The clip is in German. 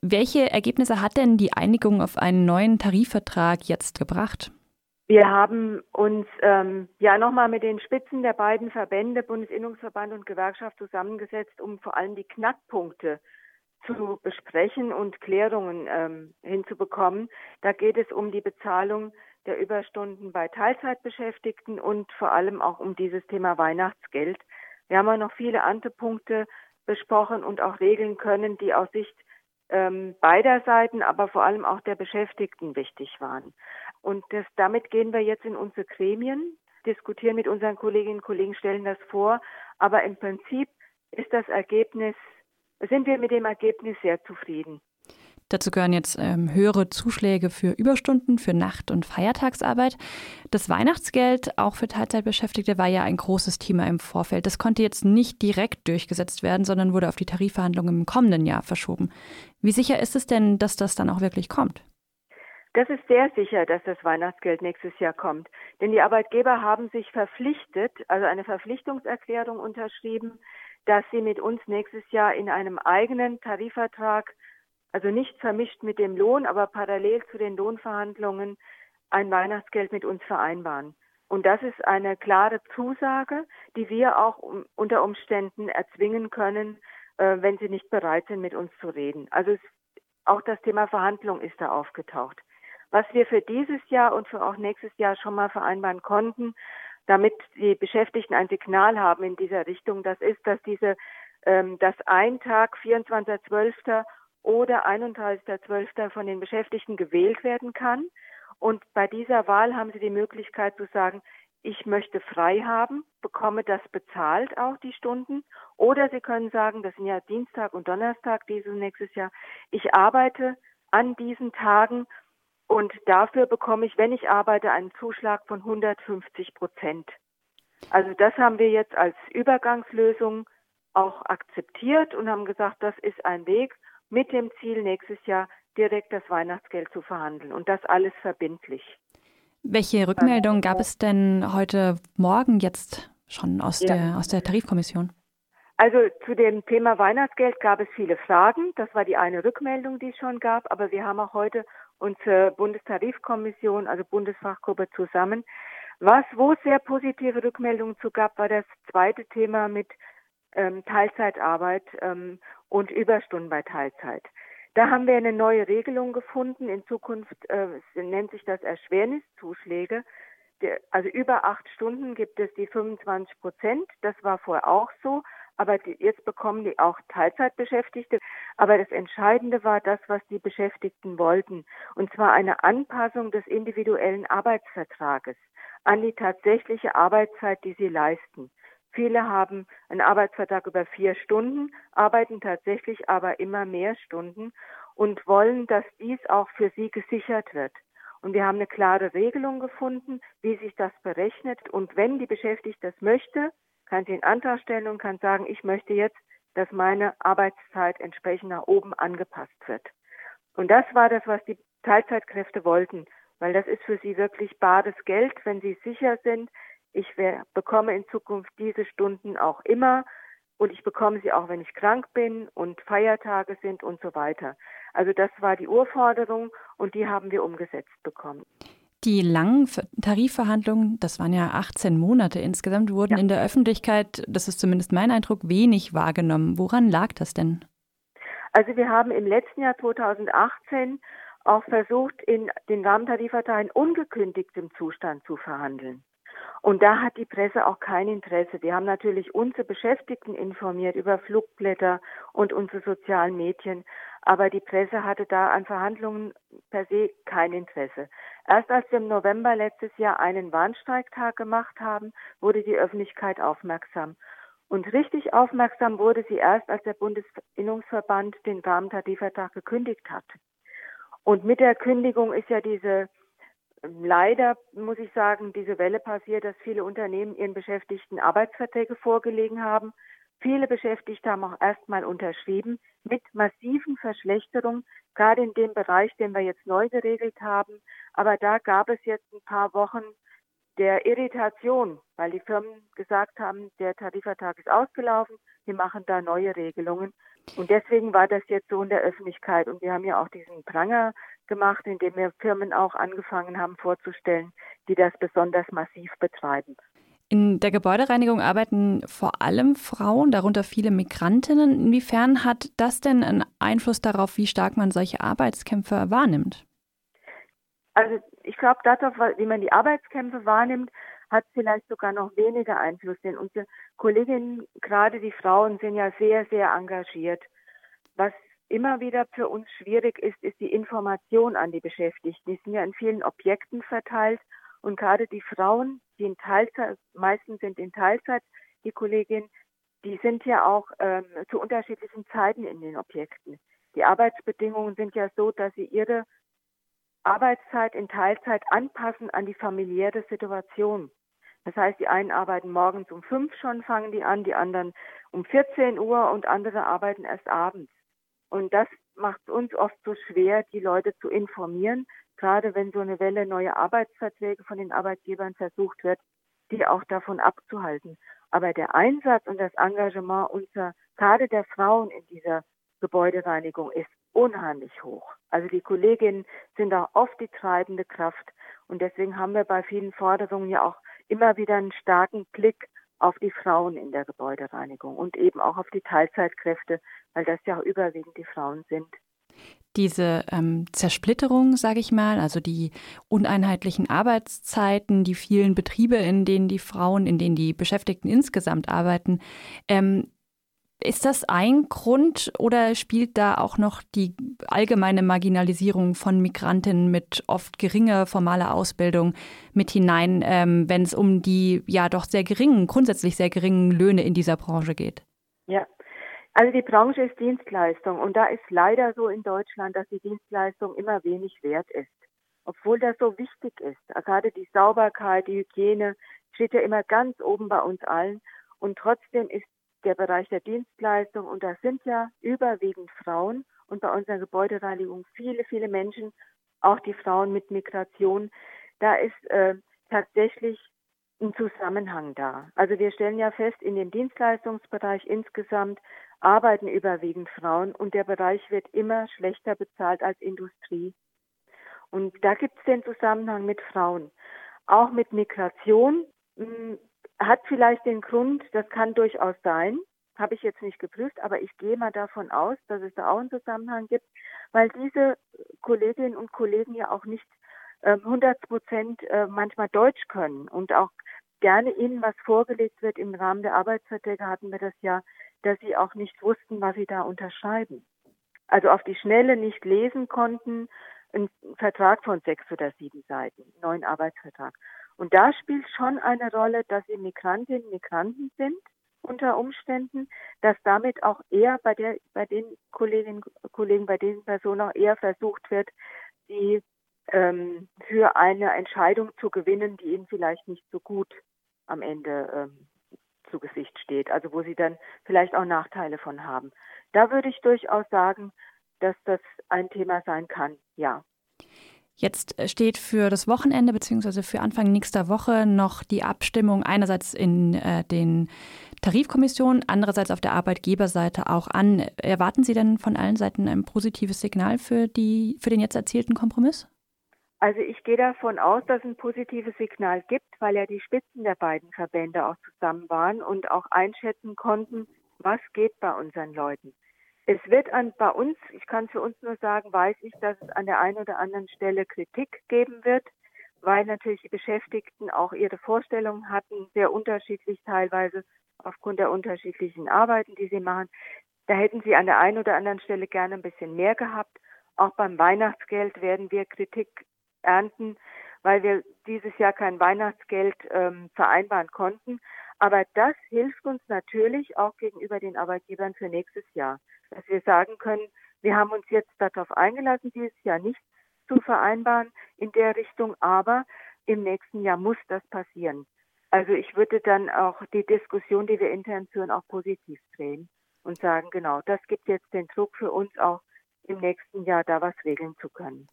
Welche Ergebnisse hat denn die Einigung auf einen neuen Tarifvertrag jetzt gebracht? Wir haben uns nochmal mit den Spitzen der beiden Verbände, Bundesinnungsverband und Gewerkschaft, zusammengesetzt, um vor allem die Knackpunkte zu besprechen und Klärungen hinzubekommen. Da geht es um die Bezahlung der Überstunden bei Teilzeitbeschäftigten und vor allem auch um dieses Thema Weihnachtsgeld. Wir haben auch noch viele andere Punkte besprochen und auch regeln können, die aus Sicht beider Seiten, aber vor allem auch der Beschäftigten wichtig waren. Und damit gehen wir jetzt in unsere Gremien, diskutieren mit unseren Kolleginnen und Kollegen, stellen das vor. Aber im Prinzip sind wir mit dem Ergebnis sehr zufrieden. Dazu gehören jetzt höhere Zuschläge für Überstunden, für Nacht- und Feiertagsarbeit. Das Weihnachtsgeld, auch für Teilzeitbeschäftigte, war ja ein großes Thema im Vorfeld. Das konnte jetzt nicht direkt durchgesetzt werden, sondern wurde auf die Tarifverhandlungen im kommenden Jahr verschoben. Wie sicher ist es denn, dass das dann auch wirklich kommt? Das ist sehr sicher, dass das Weihnachtsgeld nächstes Jahr kommt. Denn die Arbeitgeber haben sich verpflichtet, also eine Verpflichtungserklärung unterschrieben, dass sie mit uns nächstes Jahr in einem eigenen Tarifvertrag, also nicht vermischt mit dem Lohn, aber parallel zu den Lohnverhandlungen, ein Weihnachtsgeld mit uns vereinbaren. Und das ist eine klare Zusage, die wir auch unter Umständen erzwingen können, wenn sie nicht bereit sind, mit uns zu reden. Also auch das Thema Verhandlung ist da aufgetaucht. Was wir für dieses Jahr und für auch nächstes Jahr schon mal vereinbaren konnten, damit die Beschäftigten ein Signal haben in dieser Richtung, das ist, dass dass ein Tag, 24.12. oder 31.12. von den Beschäftigten gewählt werden kann. Und bei dieser Wahl haben sie die Möglichkeit zu sagen, ich möchte frei haben, bekomme das bezahlt auch, die Stunden. Oder sie können sagen, das sind ja Dienstag und Donnerstag dieses nächstes Jahr, ich arbeite an diesen Tagen und dafür bekomme ich, wenn ich arbeite, einen Zuschlag von 150%. Also das haben wir jetzt als Übergangslösung auch akzeptiert und haben gesagt, das ist ein Weg mit dem Ziel, nächstes Jahr direkt das Weihnachtsgeld zu verhandeln und das alles verbindlich. Welche Rückmeldung gab es denn heute Morgen jetzt schon aus der Tarifkommission? Also zu dem Thema Weihnachtsgeld gab es viele Fragen. Das war die eine Rückmeldung, die es schon gab. Aber wir haben auch heute unsere Bundestarifkommission, also Bundesfachgruppe zusammen. Wo es sehr positive Rückmeldungen zu gab, war das zweite Thema mit Teilzeitarbeit und Überstunden bei Teilzeit. Da haben wir eine neue Regelung gefunden. In Zukunft nennt sich das Erschwerniszuschläge. Also über 8 Stunden gibt es die 25%. Das war vorher auch so. Aber jetzt bekommen die auch Teilzeitbeschäftigte. Aber das Entscheidende war das, was die Beschäftigten wollten. Und zwar eine Anpassung des individuellen Arbeitsvertrages an die tatsächliche Arbeitszeit, die sie leisten. Viele haben einen Arbeitsvertrag über 4 Stunden, arbeiten tatsächlich aber immer mehr Stunden und wollen, dass dies auch für sie gesichert wird. Und wir haben eine klare Regelung gefunden, wie sich das berechnet. Und wenn die Beschäftigte das möchte, kann sie einen Antrag stellen und kann sagen, ich möchte jetzt, dass meine Arbeitszeit entsprechend nach oben angepasst wird. Und das war das, was die Teilzeitkräfte wollten, weil das ist für sie wirklich bares Geld, wenn sie sicher sind, ich bekomme in Zukunft diese Stunden auch immer und ich bekomme sie auch, wenn ich krank bin und Feiertage sind und so weiter. Also das war die Urforderung und die haben wir umgesetzt bekommen. Die langen Tarifverhandlungen, das waren ja 18 Monate insgesamt, wurden in der Öffentlichkeit, das ist zumindest mein Eindruck, wenig wahrgenommen. Woran lag das denn? Also wir haben im letzten Jahr 2018 auch versucht, in den Rahmentarifvertrag in ungekündigtem Zustand zu verhandeln. Und da hat die Presse auch kein Interesse. Wir haben natürlich unsere Beschäftigten informiert über Flugblätter und unsere sozialen Medien. Aber die Presse hatte da an Verhandlungen per se kein Interesse. Erst als wir im November letztes Jahr einen Warnstreiktag gemacht haben, wurde die Öffentlichkeit aufmerksam. Und richtig aufmerksam wurde sie erst, als der Bundesinnungsverband den Rahmentarifvertrag gekündigt hat. Und mit der Kündigung ist ja leider, muss ich sagen, diese Welle passiert, dass viele Unternehmen ihren Beschäftigten Arbeitsverträge vorgelegen haben. Viele Beschäftigte haben auch erstmal unterschrieben mit massiven Verschlechterungen, gerade in dem Bereich, den wir jetzt neu geregelt haben. Aber da gab es jetzt ein paar Wochen der Irritation, weil die Firmen gesagt haben, der Tarifvertrag ist ausgelaufen, wir machen da neue Regelungen. Und deswegen war das jetzt so in der Öffentlichkeit. Und wir haben ja auch diesen Pranger gemacht, in dem wir Firmen auch angefangen haben vorzustellen, die das besonders massiv betreiben. In der Gebäudereinigung arbeiten vor allem Frauen, darunter viele Migrantinnen. Inwiefern hat das denn einen Einfluss darauf, wie stark man solche Arbeitskämpfe wahrnimmt? Also ich glaube, darauf, wie man die Arbeitskämpfe wahrnimmt, hat vielleicht sogar noch weniger Einfluss. Denn unsere Kolleginnen, gerade die Frauen, sind ja sehr, sehr engagiert. Was immer wieder für uns schwierig ist, ist die Information an die Beschäftigten. Die sind ja in vielen Objekten verteilt und gerade die Frauen, die in Teilzeit, meistens sind in Teilzeit, die Kolleginnen, die sind ja auch zu unterschiedlichen Zeiten in den Objekten. Die Arbeitsbedingungen sind ja so, dass sie ihre Arbeitszeit in Teilzeit anpassen an die familiäre Situation. Das heißt, die einen arbeiten morgens um 5 schon, fangen die an, die anderen um 14 Uhr und andere arbeiten erst abends. Und das macht es uns oft so schwer, die Leute zu informieren, gerade wenn so eine Welle neue Arbeitsverträge von den Arbeitgebern versucht wird, die auch davon abzuhalten. Aber der Einsatz und das Engagement unserer, gerade der Frauen in dieser Gebäudereinigung ist unheimlich hoch. Also die Kolleginnen sind da oft die treibende Kraft. Und deswegen haben wir bei vielen Forderungen ja auch immer wieder einen starken Blick auf die Frauen in der Gebäudereinigung und eben auch auf die Teilzeitkräfte, weil das ja auch überwiegend die Frauen sind. Diese Zersplitterung, sage ich mal, also die uneinheitlichen Arbeitszeiten, die vielen Betriebe, in denen die Beschäftigten insgesamt arbeiten, ist das ein Grund oder spielt da auch noch die allgemeine Marginalisierung von Migrantinnen mit oft geringer formaler Ausbildung mit hinein, wenn es um die ja doch grundsätzlich sehr geringen Löhne in dieser Branche geht? Ja, also die Branche ist Dienstleistung und da ist leider so in Deutschland, dass die Dienstleistung immer wenig wert ist. Obwohl das so wichtig ist. Gerade die Sauberkeit, die Hygiene steht ja immer ganz oben bei uns allen und trotzdem ist der Bereich der Dienstleistung und das sind ja überwiegend Frauen und bei unserer Gebäudereinigung viele, viele Menschen, auch die Frauen mit Migration, da ist tatsächlich ein Zusammenhang da. Also wir stellen ja fest, in dem Dienstleistungsbereich insgesamt arbeiten überwiegend Frauen und der Bereich wird immer schlechter bezahlt als Industrie. Und da gibt es den Zusammenhang mit Frauen. Auch mit Migration hat vielleicht den Grund, das kann durchaus sein, habe ich jetzt nicht geprüft, aber ich gehe mal davon aus, dass es da auch einen Zusammenhang gibt, weil diese Kolleginnen und Kollegen ja auch nicht 100% manchmal Deutsch können und auch gerne ihnen was vorgelegt wird. Im Rahmen der Arbeitsverträge hatten wir das ja, dass sie auch nicht wussten, was sie da unterschreiben. Also auf die Schnelle nicht lesen konnten, ein Vertrag von 6 oder 7 Seiten, einen neuen Arbeitsvertrag. Und da spielt schon eine Rolle, dass sie Migrantinnen und Migranten sind unter Umständen, dass damit auch eher bei den Kolleginnen und Kollegen, bei den Personen auch eher versucht wird, die für eine Entscheidung zu gewinnen, die ihnen vielleicht nicht so gut am Ende zu Gesicht steht, also wo sie dann vielleicht auch Nachteile von haben. Da würde ich durchaus sagen, dass das ein Thema sein kann, ja. Jetzt steht für das Wochenende bzw. für Anfang nächster Woche noch die Abstimmung einerseits in den Tarifkommissionen, andererseits auf der Arbeitgeberseite auch an. Erwarten Sie denn von allen Seiten ein positives Signal für den jetzt erzielten Kompromiss? Also ich gehe davon aus, dass es ein positives Signal gibt, weil ja die Spitzen der beiden Verbände auch zusammen waren und auch einschätzen konnten, was geht bei unseren Leuten. Es wird bei uns, ich kann für uns nur sagen, weiß ich, dass es an der einen oder anderen Stelle Kritik geben wird, weil natürlich die Beschäftigten auch ihre Vorstellungen hatten, sehr unterschiedlich teilweise aufgrund der unterschiedlichen Arbeiten, die sie machen. Da hätten sie an der einen oder anderen Stelle gerne ein bisschen mehr gehabt. Auch beim Weihnachtsgeld werden wir Kritik ernten, weil wir dieses Jahr kein Weihnachtsgeld vereinbaren konnten. Aber das hilft uns natürlich auch gegenüber den Arbeitgebern für nächstes Jahr, dass wir sagen können, wir haben uns jetzt darauf eingelassen, dieses Jahr nicht zu vereinbaren in der Richtung, aber im nächsten Jahr muss das passieren. Also ich würde dann auch die Diskussion, die wir intern führen, auch positiv drehen und sagen, genau, das gibt jetzt den Druck für uns auch im nächsten Jahr da was regeln zu können.